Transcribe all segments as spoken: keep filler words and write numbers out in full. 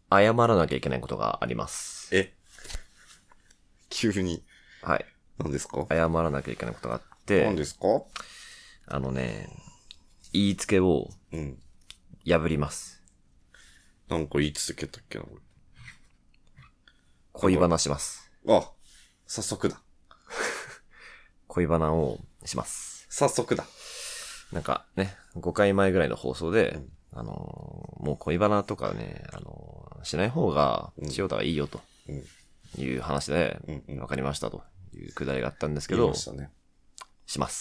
謝らなきゃいけないことがあります。 え急に。 はい。 何ですか？ 謝らなきゃいけないことがあって。 何ですか？ あのね、言いつけを、うん。破ります。 なんか言いつけたっけな、 恋バナします。 あ、早速だ。 恋バナをします。 早速だ。 なんかね、ごかいまえぐらいの放送で、うん、あのー、もう恋バナとかね、あのー、しない方が、千代田はいいよと、いう話で、わ、うんうん、かりましたというくだりがあったんですけど、 言いましたね、 します。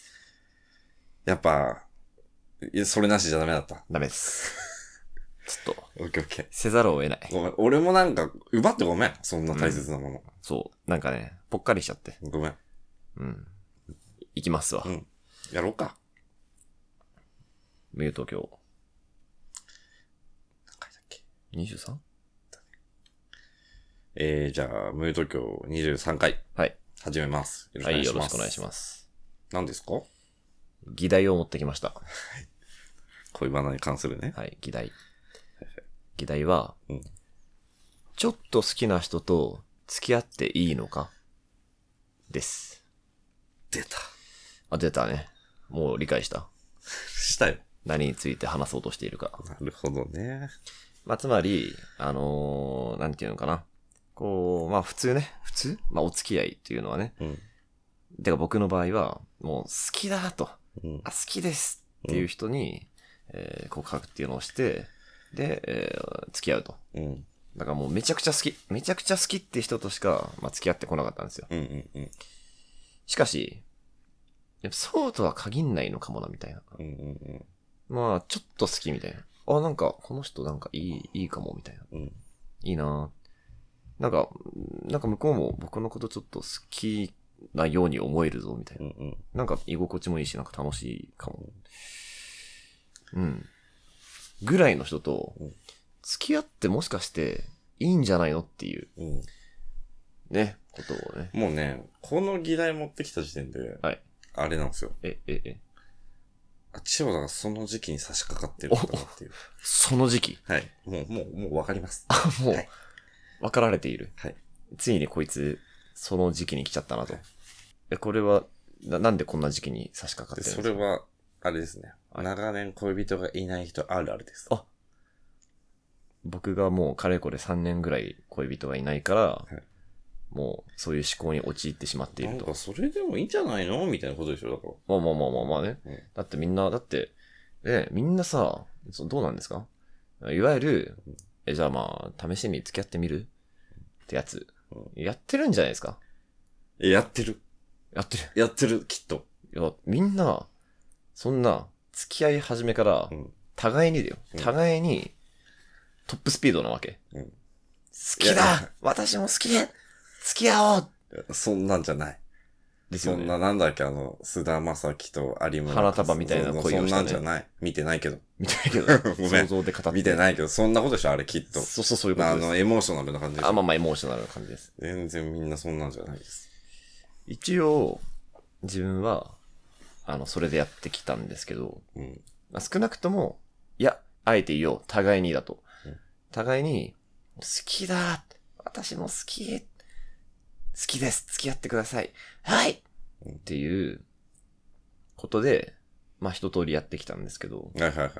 やっぱ、いや、それなしじゃダメだった。 ダメです。ちょっと、 オッケーオッケー。 せざるを得ない。 ごめん。俺もなんか、奪ってごめん。そんな大切なもの。うん、 そう。なんかね、ぽっかりしちゃって。 ごめん。 うん。行きますわ。 うん。やろうか。 無友東京。 何回だっけ ? にじゅうさん? えー、じゃあ、無友東京にじゅうさんかい。 はい。 始めます。 よろしくお願いします。はい、よろしくお願いします。 何ですか？ 議題を持ってきました。 恋バナに関するね。 はい、議題。議題は、うん、ちょっと好きな人と付き合っていいのかです。 出た。 あ、出たね。もう理解した。 したよ。 何について話そうとしているか。 なるほどね。 まあ、つまり、あのー、なんていうのかな。こう、まあ普通ね。普通まあお付き合いっていうのはね。うん。てか僕の場合は、もう好きだと。うん、あ、好きですっていう人に、うん、えー、告白っていうのをして、で、えー、付き合うと。うん。だからもうめちゃくちゃ好き。めちゃくちゃ好きって人としか、まあ、付き合ってこなかったんですよ。うんうんうん。しかし、やっぱそうとは限んないのかもな、みたいな。うんうんうん。まあ、ちょっと好きみたいな。あ、なんか、この人なんかいい、いいかも、みたいな。うん。いいなぁ。なんか、なんか向こうも僕のことちょっと好きなように思えるぞ、みたいな。うんうん。なんか居心地もいいし、なんか楽しいかも。うん。ぐらいの人と、付き合ってもしかしていいんじゃないのっていう、うん、ね、ことをね。 もうね、この議題持ってきた時点で、はい。あれなんですよ。 え、え、え。 あ、千代田がその時期に差し掛かってるんだなっていう。 その時期？ はい。もう、もう、もうわかります。 あ、もう、はい、分かられている。 はい。 ついにこいつ、その時期に来ちゃったなと。はい、え、これはな、なんでこんな時期に差し掛かってるんですか？ それは、あれですね。はい、長年恋人がいない人あるあるです。 あ、僕がもうかれこれさんねんぐらい恋人がいないから、はい、もうそういう思考に陥ってしまっていると。 なんかそれでもいいんじゃないのみたいなことでしょだから。 まあまあまあまあまあね。うん、だってみんな、だって、ね、みんなさ、どうなんですか？いわゆる、うん、え、じゃあまあ、試しに付き合ってみるってやつ、うん、やってるんじゃないですか？ え、やってる。 やってる。 やってる、きっと。 いや、みんな、そんな、付き合い始めから、互いにだよ。うん、互いに、トップスピードなわけ。うん、好きだ私も好き付き合おうそんなんじゃない。ですよね。そんな、なんだっけ、あの、菅田将暉と有村。 花束みたいな恋をした、ね。 そんなんじゃない。見てないけど。 見てないけど。 ごめん。 想像で語って。 見てないけど、そんなことでしょあれきっと。 そうそう、そういうことです。 あの、エモーショナルな感じです。 あ、まあまあ、エモーショナルな感じです。 全然みんなそんなんじゃないです。 一応、自分は、あの、それでやってきたんですけど、うん、まあ、少なくとも、いや、あえて言おう。互いにだと。うん、互いに、好きだ私も好き好きです付き合ってくださいはい、うん、っていうことで、まあ一通りやってきたんですけど、 はいはいはいはい。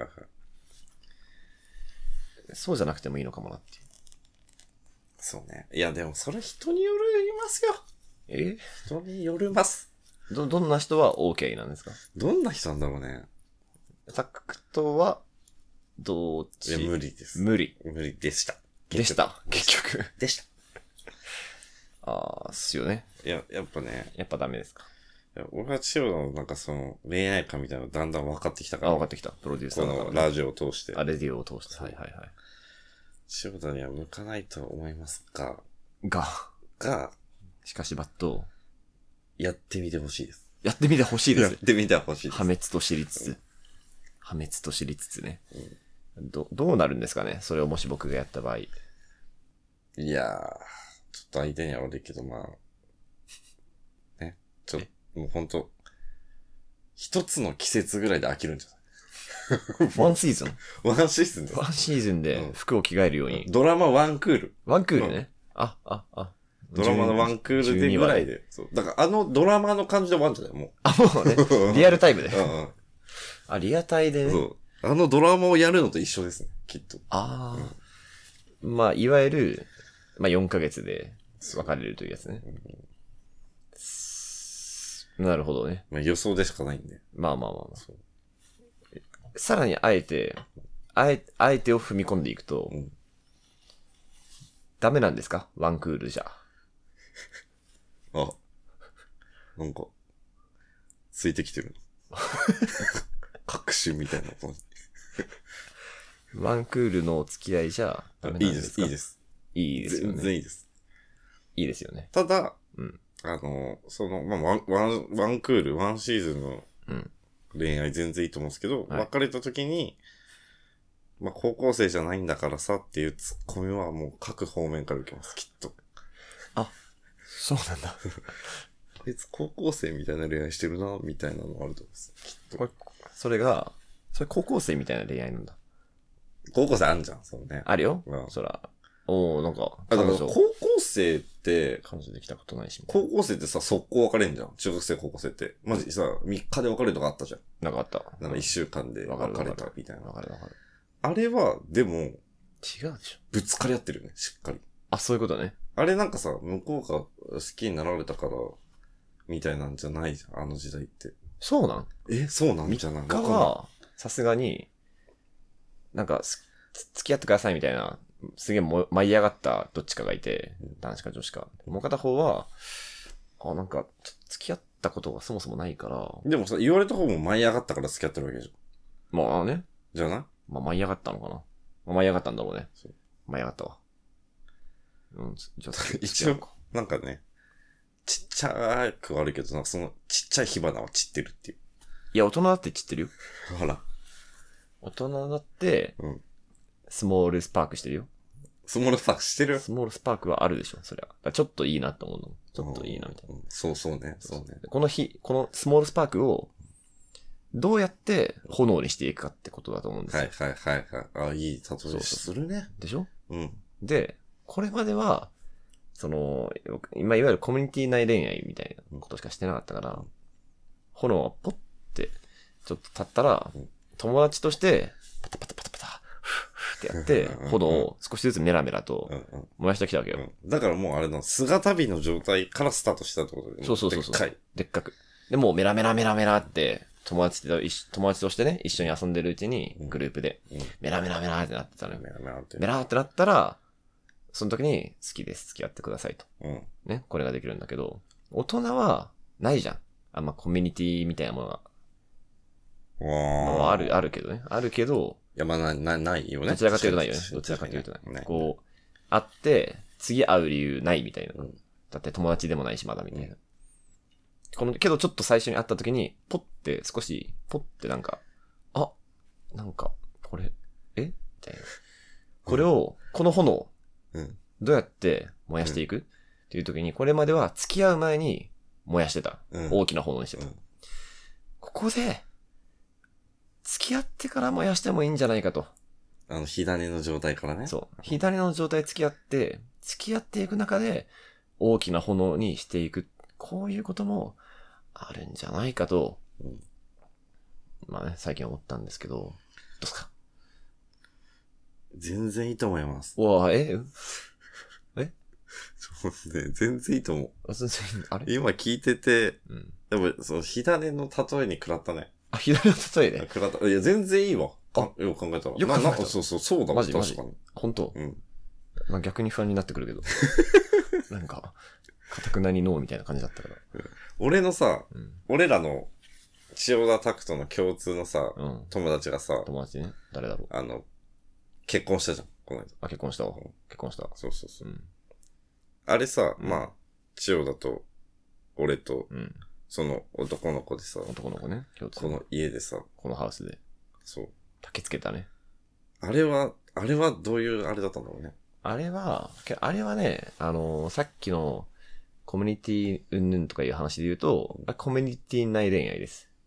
そうじゃなくてもいいのかもなっていう。 そうね。いやでもそれ人によりますよ。 え人によります。 ど、どんな人は OK なんですか？ どんな人なんだろうね。 タクトは、どっち？ いや無理です。 無理。 無理でした。 でした。結局。 でした。 ああ、っすよね。 いや、やっぱね。 やっぱダメですか？ いや俺は千代のなんかその恋愛観みたいなのだんだん分かってきたから。 あ、分かってきた。プロデューサーだから、ね。このラジオを通して。 あ、レディオを通して。はいはいはい。 千代田には向かないと思いますが。 が。 が。 しかしバット。 やってみてほしいです。 やってみてほしいです。 やってみてほしいです。 破滅と知りつつ。うん、破滅と知りつつね。うん、ど、どうなるんですかねそれをもし僕がやった場合。 いやー、ちょっと相手には悪いけど、まあ、ね、ちょっと、もうほんと、一つの季節ぐらいで飽きるんじゃないワンシーズンワンシーズンです。 ワンシーズンで服を着替えるように。 ドラマワンクール。 ワンクールね。あ、あ、あ。 ドラマのワンクールでぐらいで。そう。だからあのドラマの感じで終わんじゃないもう。 あ、もうね。リアルタイムで。 うんうん。 あ、リアタイでね。 そう。あのドラマをやるのと一緒ですね。きっと。 ああ、うん。まあ、いわゆる、まあよんかげつで別れるというやつね。うん、なるほどね。 まあ予想でしかないんで。 まあまあまあまあ。そうさらにあえて、あえ、あえてを踏み込んでいくと、うん、ダメなんですかワンクールじゃ。 あ、なんか、ついてきてるの。確信みたいな。 ワンクールのお付き合いじゃダメなんですか？ いいです、いいです。 いいですよね。 全然いいです。 いいですよね。 ただ、 うん、 あの、その、まあ、ワン、ワン、ワンクール、ワンシーズンの恋愛全然いいと思うんですけど、うん、別れた時に、まあ、高校生じゃないんだからさっていうツッコミはもう各方面から受けます、きっと。 あ、そうなんだ。 こいつ高校生みたいな恋愛してるな、みたいなのあると思います。きっと。 これ、それが、それ高校生みたいな恋愛なんだ。 高校生あんじゃん、そうね。 あるよ。うん、そら。おー、なんか。あ、 だから高校生って、 彼女できたことないし。 高校生ってさ、速攻別れんじゃん。中学生、高校生って。マジさ、みっかで別れるとかあったじゃん。 なんかあった。 なんかいっしゅうかんで別れたみたいな。 わかるわかる。 あれは、でも、違うでしょ。 ぶつかり合ってるよね、しっかり。 あ、そういうことね。 あれなんかさ、向こうが好きになられたから、みたいなんじゃないじゃん、あの時代って。 そうなん？ え、そうなんじゃない？ みっかは、さすがに、なんか、付き合ってくださいみたいな、すげえも舞い上がったどっちかがいて、男子か女子か。もう片方は、あ、なんか、付き合ったことがそもそもないから。 でもさ、言われた方も舞い上がったから付き合ってるわけじゃん。 まあね。 じゃない？ まあ舞い上がったのかな。まあ、舞い上がったんだろうね。そう舞い上がったわ。うん、じゃあ、 一応、なんかね、ちっちゃくはあるけど、なんかそのちっちゃい火花は散ってるっていう。 いや、大人だって散ってるよ。 ほら。 大人だって、うん、スモールスパークしてるよ。 スモールスパークしてる？ スモールスパークはあるでしょ、そりゃ。ちょっといいなって思うの。ちょっといいなみたいな。 うんうん、そうそうね、そうね。 この日、このスモールスパークを、どうやって炎にしていくかってことだと思うんですよ。 はいはいはいはい。あ、いい例えするね。 でしょ？ うん。 で、これまでは、その、今いわゆるコミュニティ内恋愛みたいなことしかしてなかったから、うん、炎がポッて、ちょっと立ったら、うん、友達として、パタパタパタパタ、フッってやって、炎を少しずつメラメラと燃やしてきたわけよ。 うん、だからもうあれの姿火の状態からスタートしたってことで、ね、 そうそうそうそう。 でっかい。 でっかく。で、もうメラメラメラメラって、友達と、友達としてね、一緒に遊んでるうちに、グループで、うん、メラメラメラってなってたのよ。メラメラって。メラってなったら、その時に、好きです、付き合ってくださいと。うん。ね、これができるんだけど、大人は、ないじゃん。あんまコミュニティみたいなものが。まあ、ある、あるけどね。あるけど、 いや、まあ、な、な、ないよね。 どちらかというとないよね。どちらかというとない。ないこう、会って、次会う理由ないみたいな。うん、だって友達でもないし、まだみたいな。うん、この、けどちょっと最初に会った時に、ポッて少し、ポッてなんか、あ、なんか、これ、えみたいな。これを、この炎、うん、どうやって燃やしていく、うん、っていう時に、これまでは付き合う前に燃やしてた。うん、大きな炎にしてた。うん、ここで、付き合ってから燃やしてもいいんじゃないかと。 あの、火種の状態からね。 そう。火種の状態付き合って、付き合っていく中で、大きな炎にしていく。こういうこともあるんじゃないかと、うん、まあね、最近思ったんですけど、どうですか？ 全然いいと思います。 うわ、ええそうね、全然いいと思う。 あ、全然あれ今聞いてて、うん、でも、その、火種の例えに食らったね。 あ、火種の例えね。 食らった。いや、全然いいわ。あ、よく考えたら。 よく考えたら。 そうそう、そうだわ。 マジ確かに。 本当？うん。まあ、逆に不安になってくるけど。なんか、かたくなにノーみたいな感じだったから。 俺のさ、うん、俺らの、千代田拓人の共通のさ、うん、友達がさ、 友達ね。誰だろう。 あの、結婚したじゃん、この間。 あ、結婚したわ。うん、結婚した。 そうそうそう。うん、あれさ、うん、まあ、千代田と、俺と、うん、その男の子でさ、 男の子ね、共通。 この家でさ、 このハウスで。 そう。 焚きつけたね。 あれは、あれはどういうあれだったんだろうね。 あれは、あれはね、あのー、さっきのコミュニティうんぬんとかいう話で言うと、コミュニティ内恋愛です。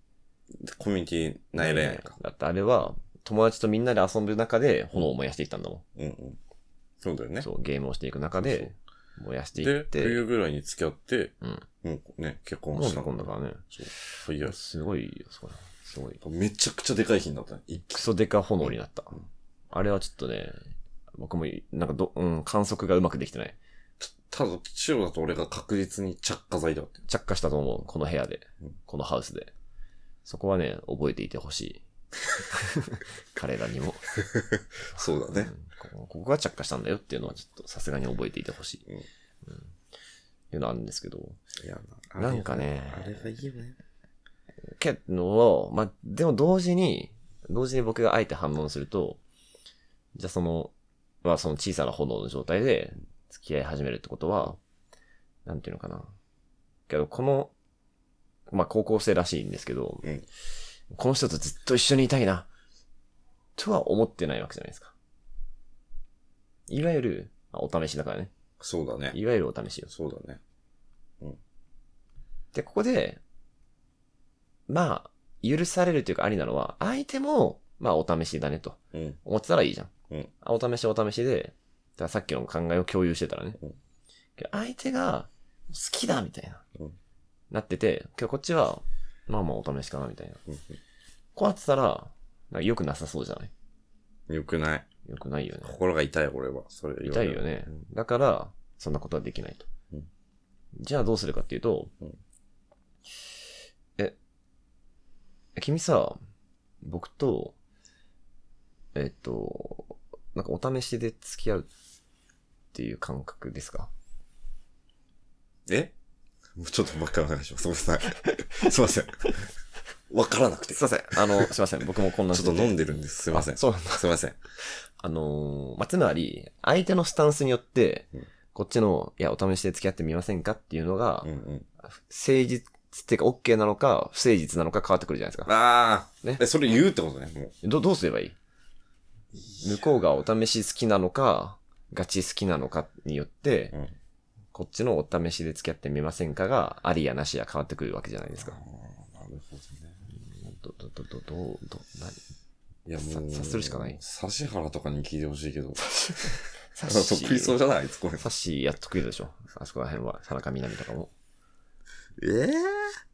コミュニティ内恋愛か。 だってあれは、友達とみんなで遊ぶ中で炎を燃やしていったんだもん。うんうん。そうだよね。 そう、ゲームをしていく中で、燃やしていって。 で、冬ぐらいに付き合って、 うん。 もうね、結婚した。 もう結婚だからね。 そう。早い。 すごいよ、それ。すごい。 めちゃくちゃでかい日になったね。 クソでか炎になった。うん、あれはちょっとね、僕も、なんかど、うん、観測がうまくできてない。 ただ、千代だと俺が確実に着火剤だって。 着火したと思う。この部屋で。うん、このハウスで。そこはね、覚えていてほしい。彼らにも。 そうだね、 うんこ。ここが着火したんだよっていうのはちょっとさすがに覚えていてほしい。うん。うん、っていうのあるんですけど。いや、なんかね。あれがいいよね。けど、まあ、でも同時に、同時に僕があえて反論すると、じゃあその、まあその小さな炎の状態で付き合い始めるってことは、なんていうのかな。けどこの、まあ高校生らしいんですけど、うん、この人とずっと一緒にいたいな、とは思ってないわけじゃないですか。いわゆる、まあ、お試しだからね。 そうだね。 いわゆるお試しよ。 そうだね。うん。 で、ここで、まあ、許されるというかありなのは、相手も、まあお試しだねと。うん、思ってたらいいじゃん。うん、お試しお試しで、だからさっきの考えを共有してたらね。うん、相手が好きだみたいな、うん。なってて、今日こっちは、まあまあお試しかなみたいな。うん、こうなってたら、なんか良くなさそうじゃない？ 良くない。 良くないよね。 心が痛い俺は。それ痛いよね。うん、だから、そんなことはできないと。うん、じゃあどうするかっていうと、うん、え、君さ、僕と、えっと、なんかお試しで付き合うっていう感覚ですか？ え？ちょっともう一回お願いします。すみません。すいません。わからなくて。 すいません。あの、すいません。僕もこんなちょっと飲んでるんです。すいません。 そうなんだ。 すいません。 あのー、まあ、つまり、相手のスタンスによって、うん、こっちの、いや、お試しで付き合ってみませんかっていうのが、うんうん、誠実っていうか OK なのか、不誠実なのか変わってくるじゃないですか。 ああ。ね。え、それ言うってことね、もう。 ど、どうすればいい？向こうがお試し好きなのか、ガチ好きなのかによって、うん、こっちのお試しで付き合ってみませんかが、ありやなしや変わってくるわけじゃないですか。 なるほどね。 ど、ど、ど、ど、ど、ど、何？ いやもう、 察するしかない。 指原とかに聞いてほしいけど。 サッシー。 得意そうじゃない？あいつこれ。 サッシーやっと得意でしょ。あそこら辺は、田中みな実とかも。 ええー、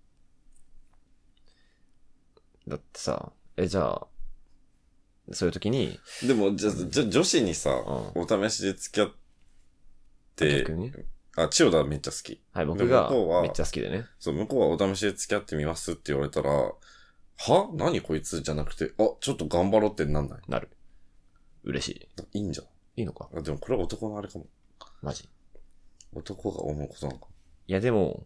だってさ、え、じゃあ、そういう時に。 でも、じゃ、じゃ、女子にさ、うん、お試しで付き合って、逆にあ、千代田はめっちゃ好き。 はい、僕がめっちゃ好きでね。 そう、向こうはお試しで付き合ってみますって言われたら、は？何こいつじゃなくて、あ、ちょっと頑張ろうってなんない？ なる。嬉しい。いいんじゃん。 いいのか。 あ、でもこれは男のあれかも。 マジ？ 男が思うことなのか。 いやでも、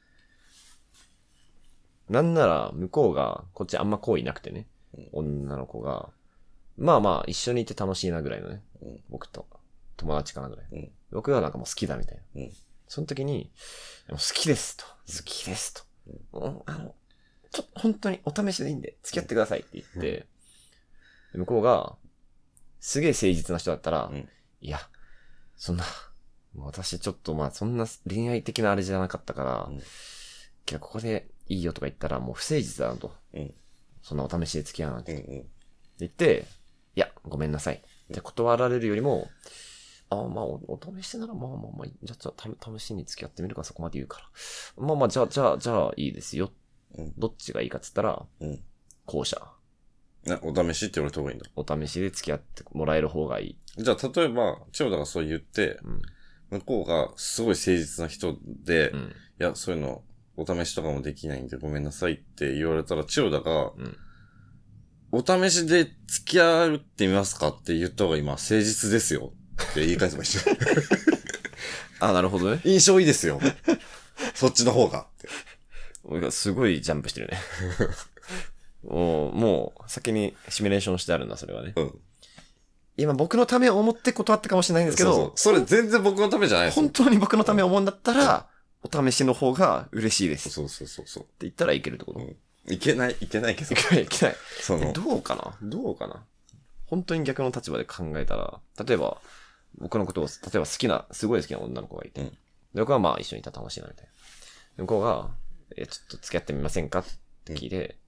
なんなら向こうが、こっちあんま好意なくてね、うん、女の子が、まあまあ一緒にいて楽しいなぐらいのね、うん、僕と友達かなぐらい、うん、僕はなんかもう好きだみたいな、うん、その時に好きですと、好きですと、うん、あのちょっと本当にお試しでいいんで付き合ってくださいって言って、うん、向こうがすげえ誠実な人だったら、うん、いやそんな私ちょっとまあそんな恋愛的なあれじゃなかったから、うん、けどここでいいよとか言ったらもう不誠実だなと、うん、そんなお試しで付き合うなんて、うんうん、って言っていや、ごめんなさい。って断られるよりも、ああ、まあお、お試しなら、まあまあまあ、じゃあ、じゃあ、試しに付き合ってみるか、そこまで言うから。まあまあ、じゃあ、じゃあ、じゃあ、いいですよ。うん、どっちがいいかっつったら、うん、後者。 ね、お試しって言われた方がいいんだ。 お試しで付き合ってもらえる方がいい。 じゃあ、例えば、千代田がそう言って、うん、向こうがすごい誠実な人で、うん、いや、そういうの、お試しとかもできないんでごめんなさいって言われたら、千代田が、うんお試しで付き合ってみますかって言った方が今、誠実ですよって言い返せばいいし。 あ、なるほどね。 印象いいですよ。そっちの方がって。すごいジャンプしてるね。もう、もう、先にシミュレーションしてあるんだ、それはね。うん。今、僕のためを思って断ったかもしれないんですけど。そうそう。それ全然僕のためじゃないです。 本当に僕のためを思うんだったら、うん、お試しの方が嬉しいです。 そうそうそうそう。って言ったらいけるってこと、うんいけない、いけないけど。 いけない、いけない。 その。 どうかなどうかな本当に逆の立場で考えたら、例えば、僕のことを、例えば好きな、すごい好きな女の子がいて、うん、僕はまあ一緒にいたら楽しいなみたいな。向こうが、え、ちょっと付き合ってみませんかって聞いて、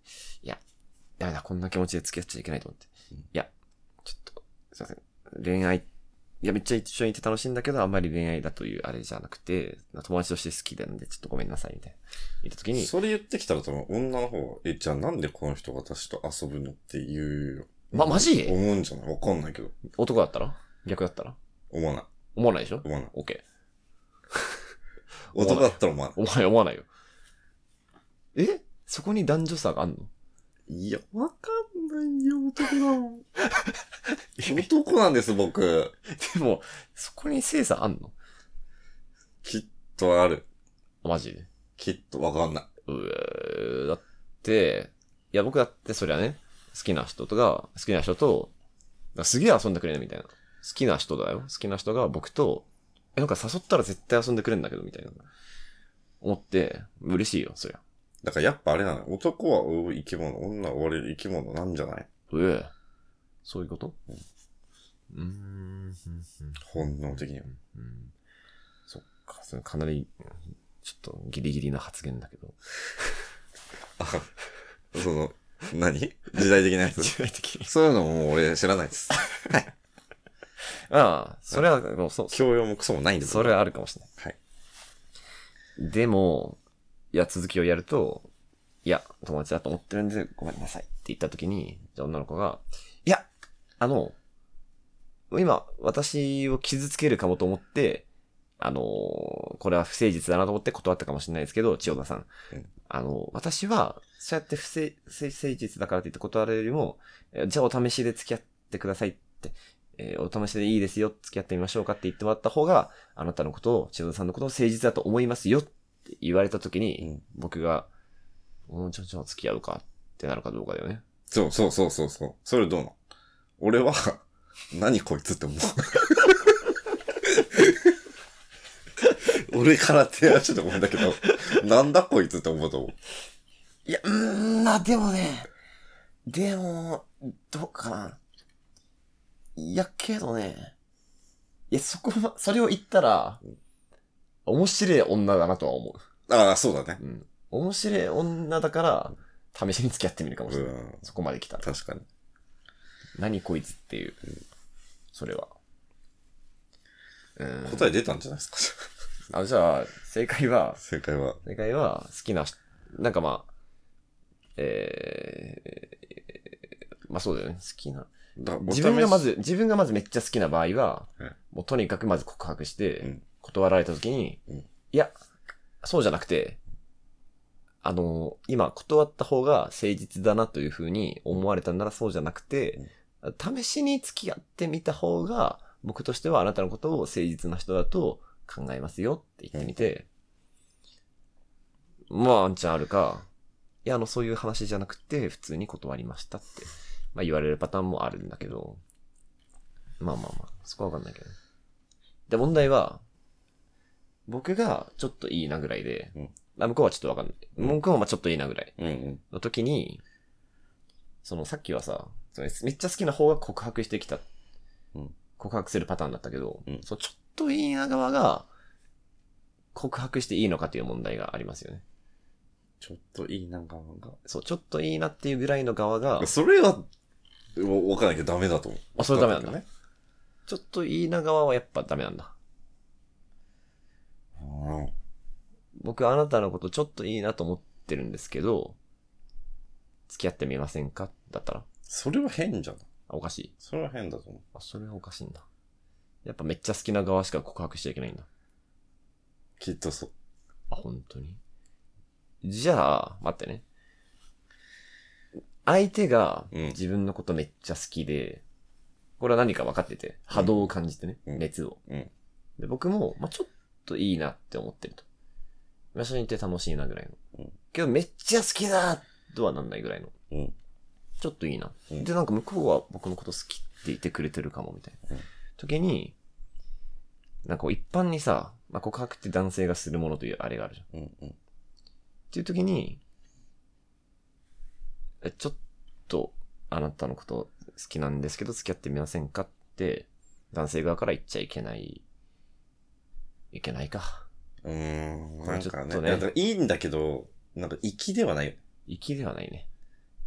いや、ダメだ、こんな気持ちで付き合っちゃいけないと思って。うん、いや、ちょっと、すいません。恋愛、いや、めっちゃ一緒にいて楽しいんだけど、あんまり恋愛だというあれじゃなくて、友達として好きなんで、ちょっとごめんなさい、みたいな。言った時に。 それ言ってきたら多分、女の方は、え、じゃあなんでこの人私と遊ぶのって言うよ。 ま、マジ思うんじゃないわかんないけど。 男だったら逆だったら思わない。 思わないでしょ思わない。 オッケー。男だったら思わない。 お前思わないよ。えそこに男女差があんの？ いや、わかんないよ、男だもん。男なんです、僕。 でも、そこに性差あんの？ きっとある。 マジで？ きっとわかんない。 うー、だって、いや、僕だってそりゃね、好きな人とが、好きな人と、すげえ遊んでくれるみたいな。好きな人だよ。好きな人が僕と、え、なんか誘ったら絶対遊んでくれるんだけど、みたいな。思って、嬉しいよ、そりゃ。 だからやっぱあれなの。男は追う生き物、女は追われる生き物なんじゃない？ うえ。そういうこと？うん。うーん。 本能的には。 うん。そっか、それかなり、ちょっとギリギリな発言だけど。 あ、その、何？時代的なやつ？ 時代的に。 そういうのも俺知らないです。はい。 ああ、それはもうそう。 教養もクソもないんです。 それはあるかもしれない。 はい。 でも、いや、続きをやると、いや、友達だと思ってるんで、ごめんなさいって言ったときに、じゃあ女の子が、いや、あの、今、私を傷つけるかもと思って、あの、これは不誠実だなと思って断ったかもしれないですけど、千代田さん。うん、あの、私は、そうやって不誠、不誠実だからって言って断られるよりも、じゃあお試しで付き合ってくださいって、えー、お試しでいいですよ、付き合ってみましょうかって言ってもらった方が、あなたのことを、千代田さんのことを誠実だと思いますよって言われたときに、うん、僕が、うん、ちょ、ちょ、付き合うかってなるかどうかだよね。 そうそうそうそうそう。それどうなの？俺は、何こいつって思う。俺から手足で思うんだけど、なんだこいつって思うと思う。 いや、うーん、な、でもね、でも、どうかな。いや、けどね、いや、そこは、それを言ったら、うん、面白い女だなとは思う。 ああ、そうだね。 うん。面白い女だから、試しに付き合ってみるかもしれない。うん、そこまで来たら。 確かに。 何こいつっていう。うん、それは。 うん。答え出たんじゃないですか。 あ、じゃあ、正解は、 正解は、 正解は、好きな、なんかまあ、えー、まあそうだよね。好きな。自分がまず、自分がまずめっちゃ好きな場合は、うん、もうとにかくまず告白して、うん、断られた時に、うん、いや、そうじゃなくて、あの、今断った方が誠実だなという風に思われたならそうじゃなくて、うん、試しに付き合ってみた方が、僕としてはあなたのことを誠実な人だと考えますよって言ってみて、うん、まあ、ワンチャンあるか、いや、あの、そういう話じゃなくて、普通に断りましたって、まあ言われるパターンもあるんだけど、まあまあまあ、そこはわかんないけど。で、問題は、僕がちょっといいなぐらいで、うん、向こうはちょっとわかんない。向こうはまあちょっといいなぐらいの時に、そのさっきはさ、めっちゃ好きな方が告白してきた。うん、告白するパターンだったけど、うん、そうちょっといいな側が告白していいのかという問題がありますよね。 ちょっといいな側が。 そう、ちょっといいなっていうぐらいの側が。 それは、わかんないけどダメだと思う。 あ、それダメなんだね。ちょっといいな側はやっぱダメなんだ。うん、僕あなたのことちょっといいなと思ってるんですけど、付き合ってみませんかだったら。 それは変じゃん。 あ、おかしい。 それは変だと思う。 あ、それはおかしいんだ。やっぱめっちゃ好きな側しか告白しちゃいけないんだ。 きっとそう。 あ、本当に。じゃあ、待ってね。相手が自分のことめっちゃ好きで、うん、これは何か分かってて、波動を感じてね、うん、熱を、うん。で、僕も、まあ、ちょっといいなって思ってると。一緒にいて楽しいなぐらいの。うん、けどめっちゃ好きだとはなんないぐらいの。うん、ちょっといいな、うん。で、なんか向こうは僕のこと好きって言ってくれてるかもみたいな。うん、時に、なんか一般にさ、まあ、告白って男性がするものというあれがあるじゃん。うんうん、っていう時に、え、ちょっとあなたのこと好きなんですけど付き合ってみませんかって男性側から言っちゃいけない。いけないか。 うーん。なんかね。なんかいいんだけど、なんか粋ではないよ。 粋ではないね。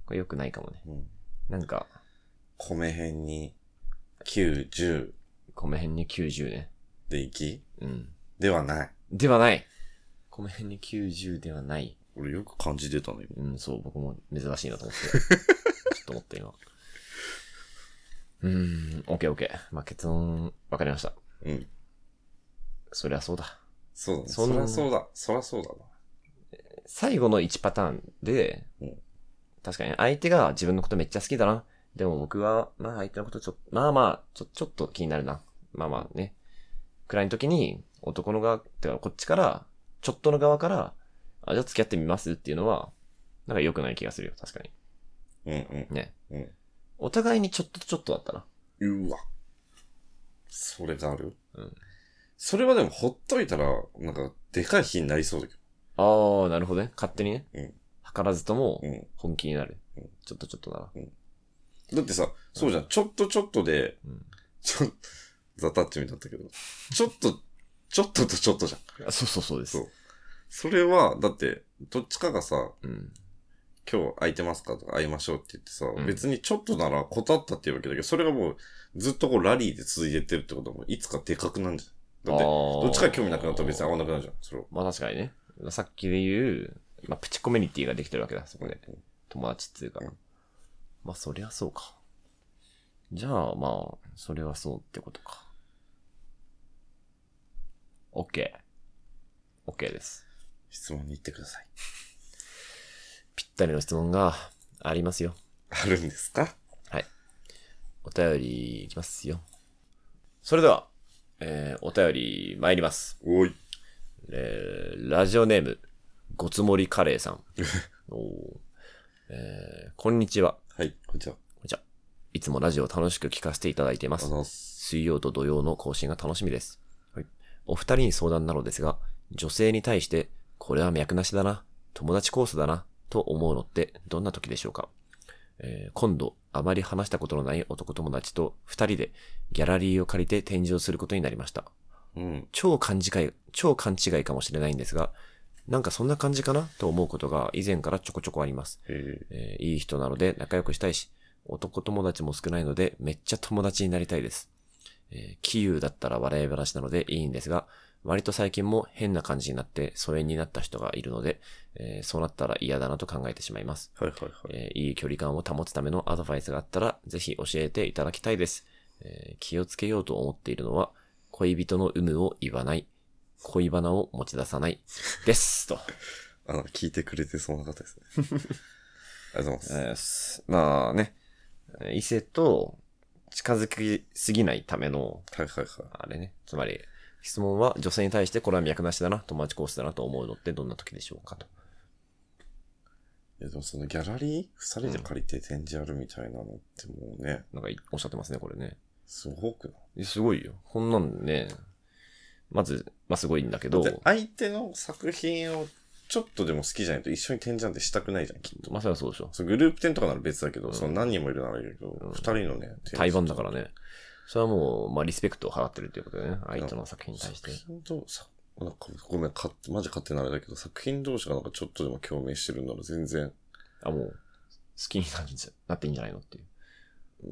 これ良くないかもね。 うん、 なんか、 米辺にきゅう、じゅう。 米辺にきゅうじゅうね。 でいきうん。 ではない。 ではない。米辺にきゅうじゅうではない。 俺よく漢字出たのよ。 うん、そう、僕も珍しいなと思って。ちょっと思った今。うーん、オッケーオッケー。まあ、結論、わかりました。 うん。 そりゃそうだ。 そうだね。そりゃそうだ。そりゃそうだな。 最後のいちパターンで、うん、確かに相手が自分のことめっちゃ好きだな。でも僕は、まあ相手のことちょっと、まあまあ、ちょ、ちょっと気になるな。まあまあね。くらいの時に、男の側、てかこっちから、ちょっとの側から、あ、じゃあ付き合ってみますっていうのは、なんか良くない気がするよ、確かに。 うんうん。 ね。 うん。 お互いにちょっとちょっとだったら。 うわ。それがある？ うん。 それはでもほっといたら、なんか、でかい日になりそうだけど。ああ、なるほどね。勝手にね。 うん。 図らずとも、本気になる。 うん。 ちょっとちょっとなら。 うん。だってさ、そうじゃん。ちょっとちょっとで、うん、ちょ、ザタッチみたいだったけど、ちょっと、ちょっととちょっとじゃん。 そうそうそうです。 そう。それは、だって、どっちかがさ、 うん、 今日空いてますかとか会いましょうって言ってさ、うん、別にちょっとなら断ったっていうわけだけど、それがもうずっとこうラリーで続いてってるってことはもういつかでかくなるんじゃん。だって、どっちか興味なくなったら別に会わなくなるじゃん、それは。 まあ確かにね。さっきで言う、まあプチコミュニティができてるわけだ、そこで。うん、友達っていうか。うん、まあそりゃそうか。じゃあまあ、それはそうってことか。OK。OK です。 質問に行ってください。 ぴったりの質問がありますよ。 あるんですか？ はい。お便りいきますよ。それでは、えー、お便り参ります。 おい。 えー、ラジオネーム、ごつもりカレーさん。おえー、こんにちは。 はい、こんにちは。 こんにちは。いつもラジオを楽しく聞かせていただいています。水曜と土曜の更新が楽しみです。はい。お二人に相談なのですが、女性に対して、これは脈なしだな、友達コースだな、と思うのってどんな時でしょうか？えー、今度、あまり話したことのない男友達と二人でギャラリーを借りて展示をすることになりました。 うん、 超勘違い、超勘違いかもしれないんですが、なんかそんな感じかなと思うことが以前からちょこちょこあります。えー、いい人なので仲良くしたいし、男友達も少ないのでめっちゃ友達になりたいです。えー、キユーだったら笑い話なのでいいんですが、割と最近も変な感じになって疎遠になった人がいるので、えー、そうなったら嫌だなと考えてしまいます。 はいはいはい。 えー、いい距離感を保つためのアドバイスがあったらぜひ教えていただきたいです。えー、気をつけようと思っているのは、恋人の有無を言わない、恋バナを持ち出さない、です。と。 あの、聞いてくれてそうな方ですね。ありがとうございます。 えー、まあね、異性と近づきすぎないための、 はいはいはい。 あれね、つまり、質問は女性に対してこれは脈なしだな、友達コースだなと思うのってどんな時でしょうかと。 いやでもそのギャラリー二人で借りて展示やるみたいなのってもうね。 なんかおっしゃってますね、これね。 すごくない？すごいよ。こんなんね、まず、まあすごいんだけど。 だって相手の作品をちょっとでも好きじゃないと一緒に展示なんてしたくないじゃん、きっと。 まあそれはそうでしょ。 そうグループ展とかなら別だけど、うん、その何人もいるならいいけど、二、うん、人のね、 対バンだからね。それはもう、まあリスペクトを払ってるっていうことでね、相手の作品に対して。 作品と、さ、なんかごめん、かマジ勝手なあれだけど、作品同士がなんかちょっとでも共鳴してるなら全然。 あ、もう、好きになるんじゃ、なっていいんじゃないのっていう。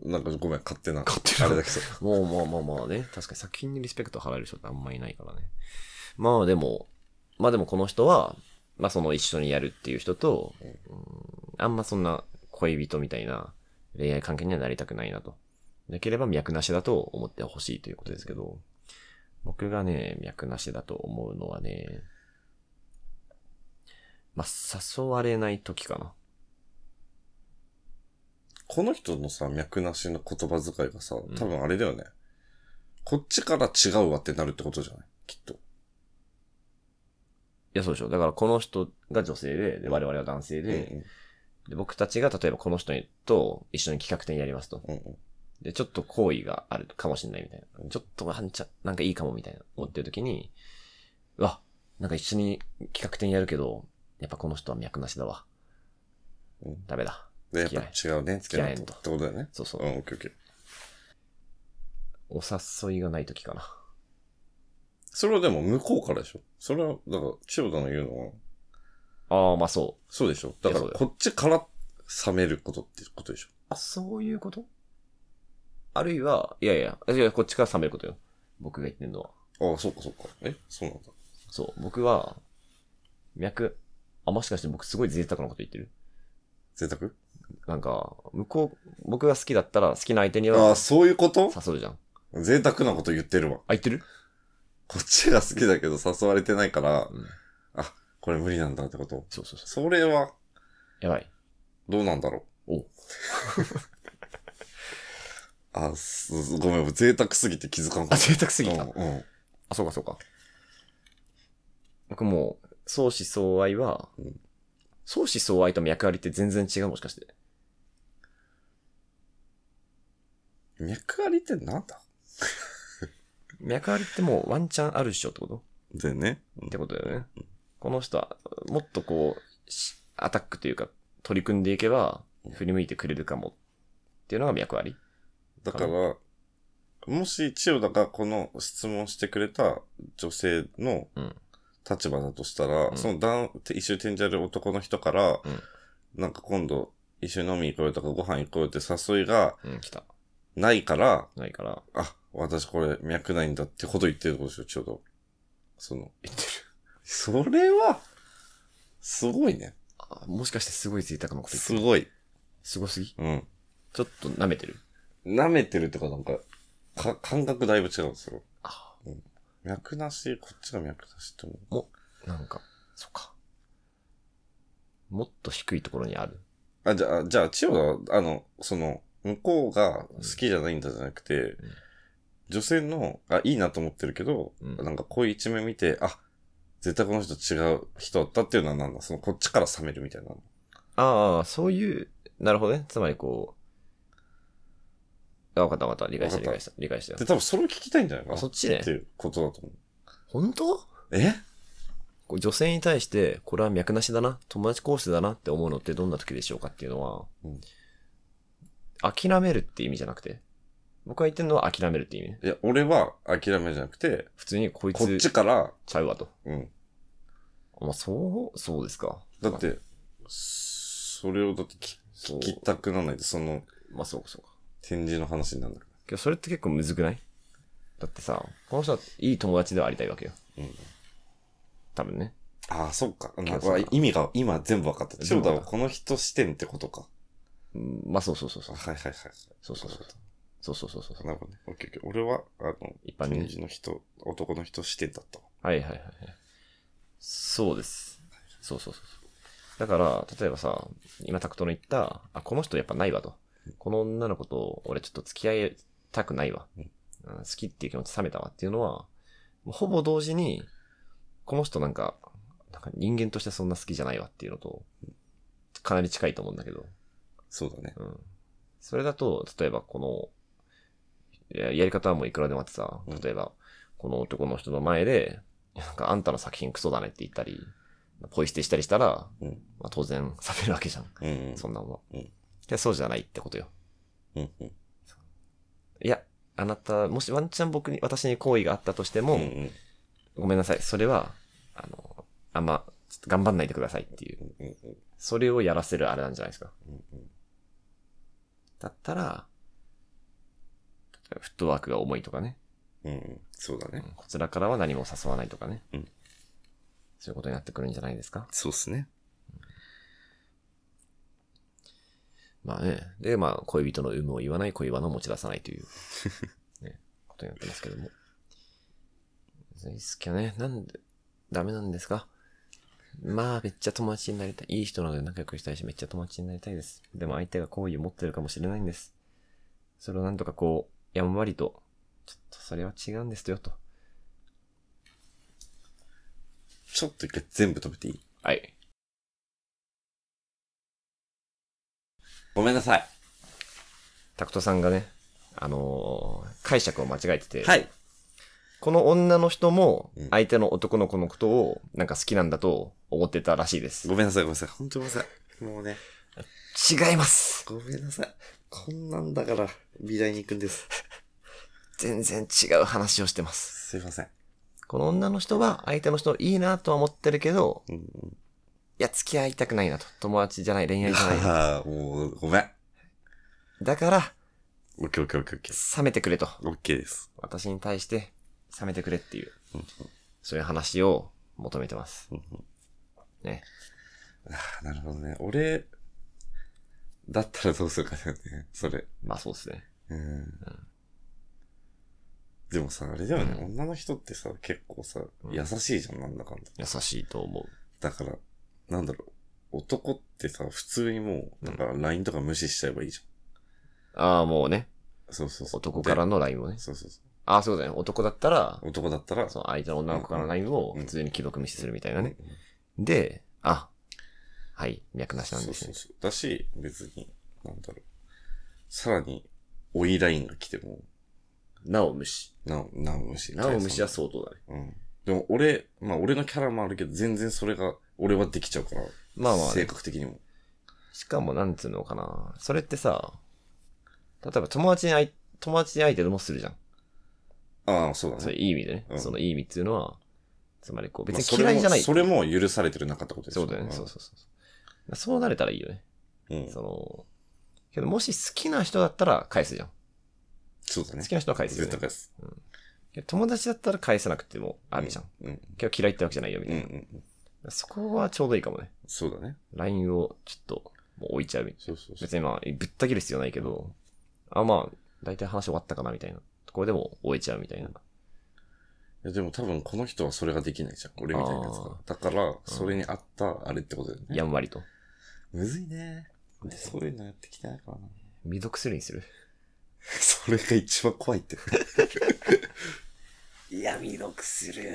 なんかごめん、勝手な。 勝手な。 あれだけど。もう、まあまあまあね。確かに作品にリスペクトを払える人ってあんまいないからね。まあでも、まあでもこの人は、まあその一緒にやるっていう人と、うん、あんまそんな恋人みたいな恋愛関係にはなりたくないなと。できれば脈なしだと思ってほしいということですけど、僕がね、脈なしだと思うのはね、まあ誘われない時かな。 この人のさ、脈なしの言葉遣いがさ、多分あれだよね。うん、こっちから違うわってなるってことじゃない？きっと。いや、そうでしょ。だからこの人が女性で、で我々は男性で、うんうん、で僕たちが例えばこの人と一緒に企画展やりますと。うんうん、で、ちょっと好意があるかもしれないみたいな。ちょっとはんちゃ、なんかいいかもみたいな思ってる時に、うわ、なんか一緒に企画展やるけど、やっぱこの人は脈なしだわ。うん、ダメだ。 で、やっぱ違うね。 付き合えんと。 ってことだよね。 そうそう。 うん、オッケーオッケー。お誘いがない時かな。 それはでも向こうからでしょ。それは、だから、千代田の言うのは。 ああ、まあそう。 そうでしょ。だから、こっちから冷めることってことでしょ。 あ、そういうこと？あるいは、いやいや、いや、こっちから冷めることよ。僕が言ってんのは。 ああ、そうかそうか。えそうなんだ。 そう、僕は、脈、あ、もしかして僕すごい贅沢なこと言ってる？ 贅沢？ なんか、向こう、僕が好きだったら好きな相手には、 ああ、そういうこと誘うじゃん。 贅沢なこと言ってるわ。 あ、言ってる？ こっちが好きだけど誘われてないから、 うん。 あ、これ無理なんだってこと。 そうそうそそれは、 う。やばい。 どうなんだろう。 おあ、す、ごめん、贅沢すぎて気づかんかあ、 った。 贅沢すぎた。 うん、うん。 あ、そうかそうか。僕もう、相思相愛は、 うん、 相思相愛と脈ありって全然違う、もしかして。 脈ありってなんだ？ 脈ありってもうワンチャンあるっしょってことでね。 ってことだよね。この人は、もっとこう、アタックというか、取り組んでいけば、振り向いてくれるかも。っていうのが脈あり。 だから、もし千代田がこの質問してくれた女性の立場だとしたら、うん、その男、一緒に転じる男の人から、うん、なんか今度一緒に飲み行こうよとかご飯行こうよって誘いが、ないから、 ないから、 あ、私これ脈ないんだってこと言ってることでしょ、ちょうど。その、 言ってる。 それは、すごいね。 あ、もしかしてすごい贅沢なこと言ってる。 すごい。 すごすぎ？ うん。 ちょっと舐めてる？ 舐めてるってかなんか、か、感覚だいぶ違うんですよ。 あ、 うん。脈なし、こっちが脈なしって思う。 も、なんか、そっか。もっと低いところにある。 あ、じゃあ、じゃあ、千代田は、あの、その、向こうが好きじゃないんだじゃなくて、うん、女性の、あ、いいなと思ってるけど、うん、なんかこういう一面見て、あ、絶対この人違う人だったっていうのはなんだ、そのこっちから冷めるみたいなの。 ああ、そういう、なるほどね。つまりこう、あ、わかったわかった。理解した理解した。理解したよ。 で、多分それを聞きたいんじゃないかな。 あ、そっちね。 っていうことだと思う。 本当？ え？ 女性に対して、これは脈なしだな、友達コースだなって思うのってどんな時でしょうかっていうのは、うん、諦めるって意味じゃなくて、僕が言ってるのは諦めるって意味ね。 いや、俺は諦めじゃなくて、 普通にこいつ、 こっちから、 ちゃうわと。 うん。 まあ、そう、そうですか。 だって、それをだって聞きたくならないと、その、 まあそうかそうか。 展示の話になるんだから。 けどそれって結構むずくない？だってさ、この人はいい友達ではありたいわけよ。うん。多分ね。 ああ、そっか。なんか意味が今全部分かった。千代田はこの人視点ってことか。 うん、まあそうそうそうそう。 はいはいはい。 そうそうそう。そうそうそうそう。 なるほどね。オッケーオッケー。俺は、あの、 一般展示の人、男の人視点だったわ。 はいはいはい。そうです。そうそうそう。だから、例えばさ、今タクトの言った、あ、この人やっぱないわと。この女の子と俺ちょっと付き合いたくないわ。うん、好きっていう気持ち冷めたわっていうのは、ほぼ同時に、この人なんか、なんか人間としてそんな好きじゃないわっていうのと、かなり近いと思うんだけど。 そうだね。 うん。それだと、例えばこの、や, やり方はもういくらでもあってさ、例えば、この男の人の前で、なんかあんたの作品クソだねって言ったり、ポイ捨てしたりしたら、うん、まあ、当然冷めるわけじゃん。うんうん、そんなもの、うん。で。そうじゃないってことよ。うんうん、いや、あなた、もしワンチャン僕に、私に好意があったとしても、うんうん、ごめんなさい。それは、あの、あんま、ちょっと頑張んないでくださいっていう。うんうん、それをやらせるあれなんじゃないですか。うんうん、だったら、フットワークが重いとかね。 うん、そうだね、うん。 こちらからは何も誘わないとかね。うん、そういうことになってくるんじゃないですか。 そうですね。 うん、まあね。で、まあ、恋人の有無を言わない、恋バナを持ち出さないという、ね、ことになってますけども。いいっすけどね。なんで、ダメなんですか？まあ、めっちゃ友達になりたい。いい人なので仲良くしたいし、めっちゃ友達になりたいです。でも相手が好意を持ってるかもしれないんです。それをなんとかこう、やんわりと、ちょっとそれは違うんですよ、と。 ちょっと一回全部止めていい？ はい。 ごめんなさい。 タクトさんがね、あのー、解釈を間違えてて。 はい。 この女の人も、相手の男の子のことを、なんか好きなんだと思ってたらしいです。 ごめんなさい、ごめんなさい。本当ごめんなさい。もうね。 違います。 ごめんなさい。こんなんだから、美大に行くんです。 全然違う話をしてます。 すいません。 この女の人は、相手の人いいなとは思ってるけど、うんうん、 や、付き合いたくないなと。友達じゃない、恋愛じゃない。 ああ、もう、ごめん。 だから、 オッケーオッケーオッケーオッケー。 冷めてくれと。 オッケーです。 私に対して冷めてくれっていう、そういう話を求めてます。ね。 ああ、なるほどね。俺、だったらどうするかだよね。それ。 まあそうですね。 うん。うん、でもさ、あれだよね、うん。女の人ってさ、結構さ、優しいじゃん、なんだかんだ。 優しいと思う。 だから、なんだろう。男ってさ、普通にもう、だから ライン とか無視しちゃえばいいじゃん。ああ、もうね。 そうそうそう。 男からの ライン をね。 そうそうそう。 ああ、そうだね。男だったら、 男だったら、 その相手の女の子からの ライン を普通に既読無視するみたいなね。うんうん、で、あ、はい、脈なしなんですね。そうそうそう。 だし、別に、なんだろう。さらに、追い ライン が来ても、 なお無視。 なお、なお無視。 なお無視は相当だね。 うん。でも俺、まあ俺のキャラもあるけど、全然それが、俺はできちゃうから。まあまあ、ね。性格的にも。 しかも、なんつうのかな。それってさ、例えば友達に相、友達に相手でもするじゃん。 ああ、そうだね。 それいい意味でね。うん、そのいい意味っていうのは、つまりこう、別に嫌いじゃない。 まあ、それも、それも許されてる中ってことですよね。そうだよね。そうそうそう。そうなれたらいいよね。 うん。 その、けどもし好きな人だったら返すじゃん。 そうだね。 好きな人は返すよね。 絶対返す。 うん。友達だったら返さなくてもあるじゃん。 うん。うん、 けど嫌いってわけじゃないよ、みたいな。うんうんうん、そこはちょうどいいかもね。 そうだね。 ライン をちょっと、もう置いちゃうみたいな。 そうそうそう。 別にまあ、ぶった切る必要ないけど、あ、まあ、だいたい話終わったかな、みたいな。これでも終えちゃうみたいな。いやでも多分この人はそれができないじゃん。俺みたいなやつが。だから、それに合ったあれってことだよね。 やんわりと。 むずいね。で、そういうのやってきてないからな。 未読するにするそれが一番怖いって。 いや、未読する。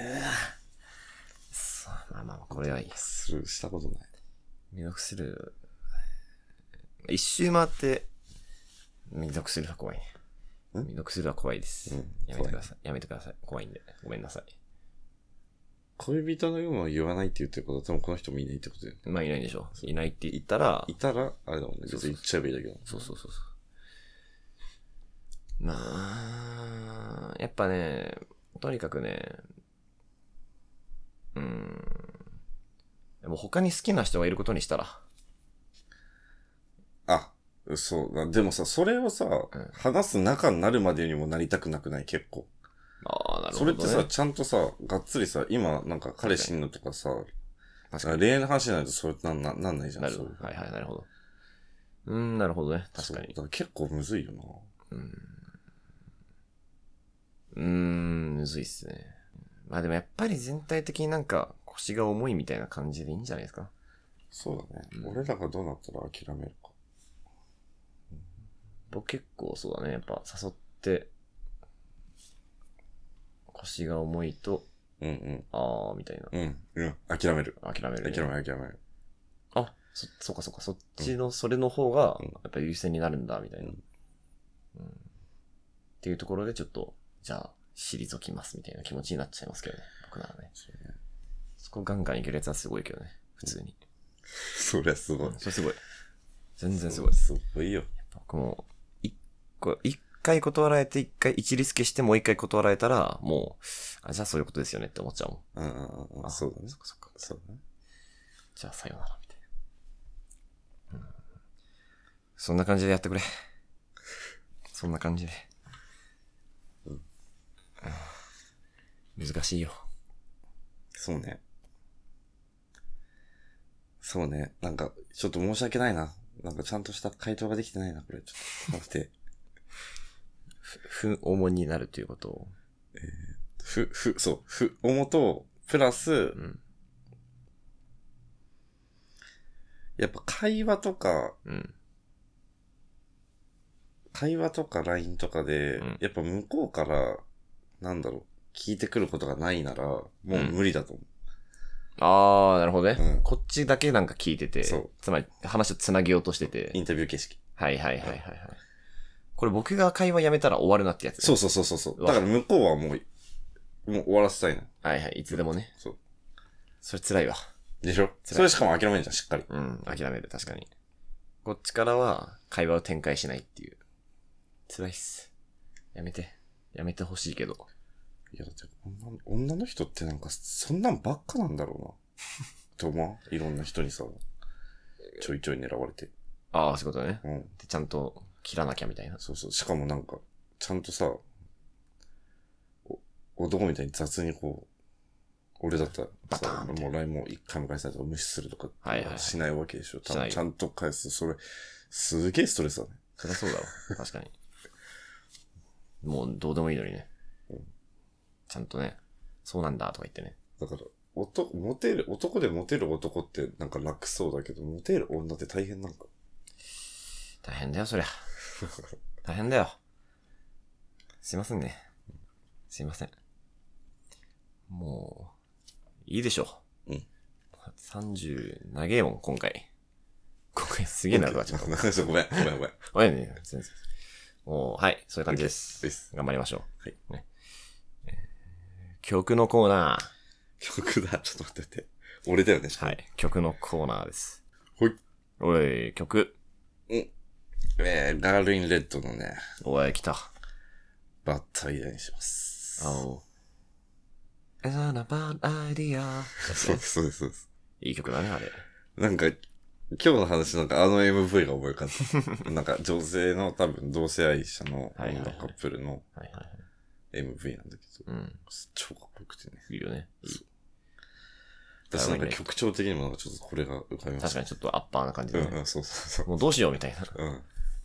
まあまあ、これはいい。 する、したことない。 未読する。一周回って、未読するは怖いね。未読するは怖いです。うん、やめてください。やめてください。怖いんで。ごめんなさい。 恋人の有無を言わないって言ってることは多分この人もいないってことで。 まあいないでしょ。いないって言ったら。 いたら、あれだもんね。別に言っちゃえばいいだけど。 そうそうそうそう。まあ、やっぱね、とにかくね、うーん。でも他に好きな人がいることにしたら。 あ、そうだ。でもさ、それをさ、うん、話す仲になるまでにもなりたくなくない結構。 ああ、なるほど、ね。 それってさ、ちゃんとさ、がっつりさ、今、なんか彼氏いんのとかさ、恋愛の話じゃないとそれなんな、なんないじゃん。 なるほど。はいはい、なるほど。うーん、なるほどね。確かに。だから結構むずいよな。 うん。うーん、むずいっすね。まあでもやっぱり全体的になんか腰が重いみたいな感じでいいんじゃないですか。 そうだね。うん、俺らがどうなったら諦めるか。 うん、僕結構そうだね。やっぱ誘って、腰が重いと、 うんうん。 あーみたいな。 うん。うん。諦める。 諦める、ね。 諦める、諦める。 あ、そ、そうかそうか。そっちの、それの方が、やっぱ優先になるんだ、みたいな。うん。うん、っていうところでちょっと、じゃあ、退きますみたいな気持ちになっちゃいますけどね。僕ならね。そこガンガンいけるやつはすごいけどね。普通に。 そりゃすごい、 うん。それすごい。全然すごい。 すごいよ。 僕も、一個、一回断られて、一回一リスケしてもう一回断られたら、もう、あ、じゃあそういうことですよねって思っちゃうもん。うんうんうん。あ、そうだね。 そっかそっか。 そうだね。 じゃあさようなら、みたいな。うん。そんな感じでやってくれ。そんな感じで。うん。難しいよ。 そうね。そうね。なんか、ちょっと申し訳ないな。なんかちゃんとした回答ができてないな、これ。ちょっと待って。 ふ、重になるということを。 えー、ふ、ふ、そう、ふ、重と、プラス、うん、やっぱ会話とか、うん、会話とか ライン とかで、うん、やっぱ向こうから、なんだろう、聞いてくることがないなら、もう無理だと思う。 うん、あー、なるほどね、うん。こっちだけなんか聞いてて、そう。つまり話をつなげようとしてて。 インタビュー形式。 はいはいはいはい、はい。これ僕が会話やめたら終わるなってやつ、ね。 そうそうそうそう。だから向こうはもう、もう終わらせたいな。 はいはい、いつでもね。 そう。 それ辛いわ。 でしょ？それしかも諦めるじゃん、しっかり。 うん、諦める、確かに。こっちからは会話を展開しないっていう。辛いっす。やめて。やめてほしいけど。 いや、だって女、女の人ってなんか、そんなんばっかなんだろうな。っと思ういろんな人にさ、ちょいちょい狙われて。 ああ、そういうことね。 うん。 で、ちゃんと切らなきゃみたいな。 そうそう。しかもなんか、ちゃんとさ、男みたいに雑にこう、俺だったらバターンもう ライン も一回も返さないとか無視するとかはいはい、 しないわけでしょ。 しないよちゃんと返す。それ、すげえストレスだね。 そりゃそうだろ。確かに。もうどうでもいいのにね。 うん、 ちゃんとね、そうなんだとか言ってね。 だから、男、モテる、男でモテる男ってなんか楽そうだけど、モテる女って大変なんか。 大変だよ、そりゃ。大変だよ。すいませんね。すいません。もう、いいでしょ。 うん。 さんじゅう、長えもん、今回。今回すげえなるわ、ちょっと。 ごめん、ごめん、ごめん。 ごめんね、全然。もう、はい、そういう感じです。 です。 頑張りましょう。はい。 ねえー、曲のコーナー。 曲だ、ちょっと待ってて。俺だよね、 はい、曲のコーナーです。 ほい。 おい、曲。 うん。えー、ガールインレッドのね。 おい、来た。 バッドアイデアにします。 おう。It's not a bad idea. そうです、そうです、そうです。 いい曲だね、あれ。 なんか、今日の話なんかあの エムブイ が覚えかった。なんか女性の多分同性愛者の女カップルの エムブイ なんだけど、 うん、 超かっこよくてね。 いいよね。いい。 私なんか曲調的にもなんかちょっとこれが浮かびました。 確かにちょっとアッパーな感じだね。 うん、うん、そうそうそう。 もうどうしようみたいな。 うん。うん、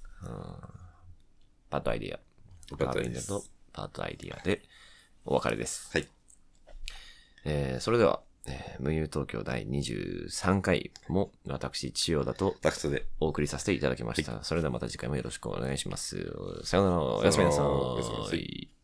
バッドアイディア。 バッドアイディアとバッドアイディアでお別れです。 はい。 えー、それでは、えー、無友東京だいにじゅうさんかいも私、千代田とタクトでお送りさせていただきました。 はい、 それではまた次回もよろしくお願いします。さようなら。おやすみなさい。 おやすみなさい。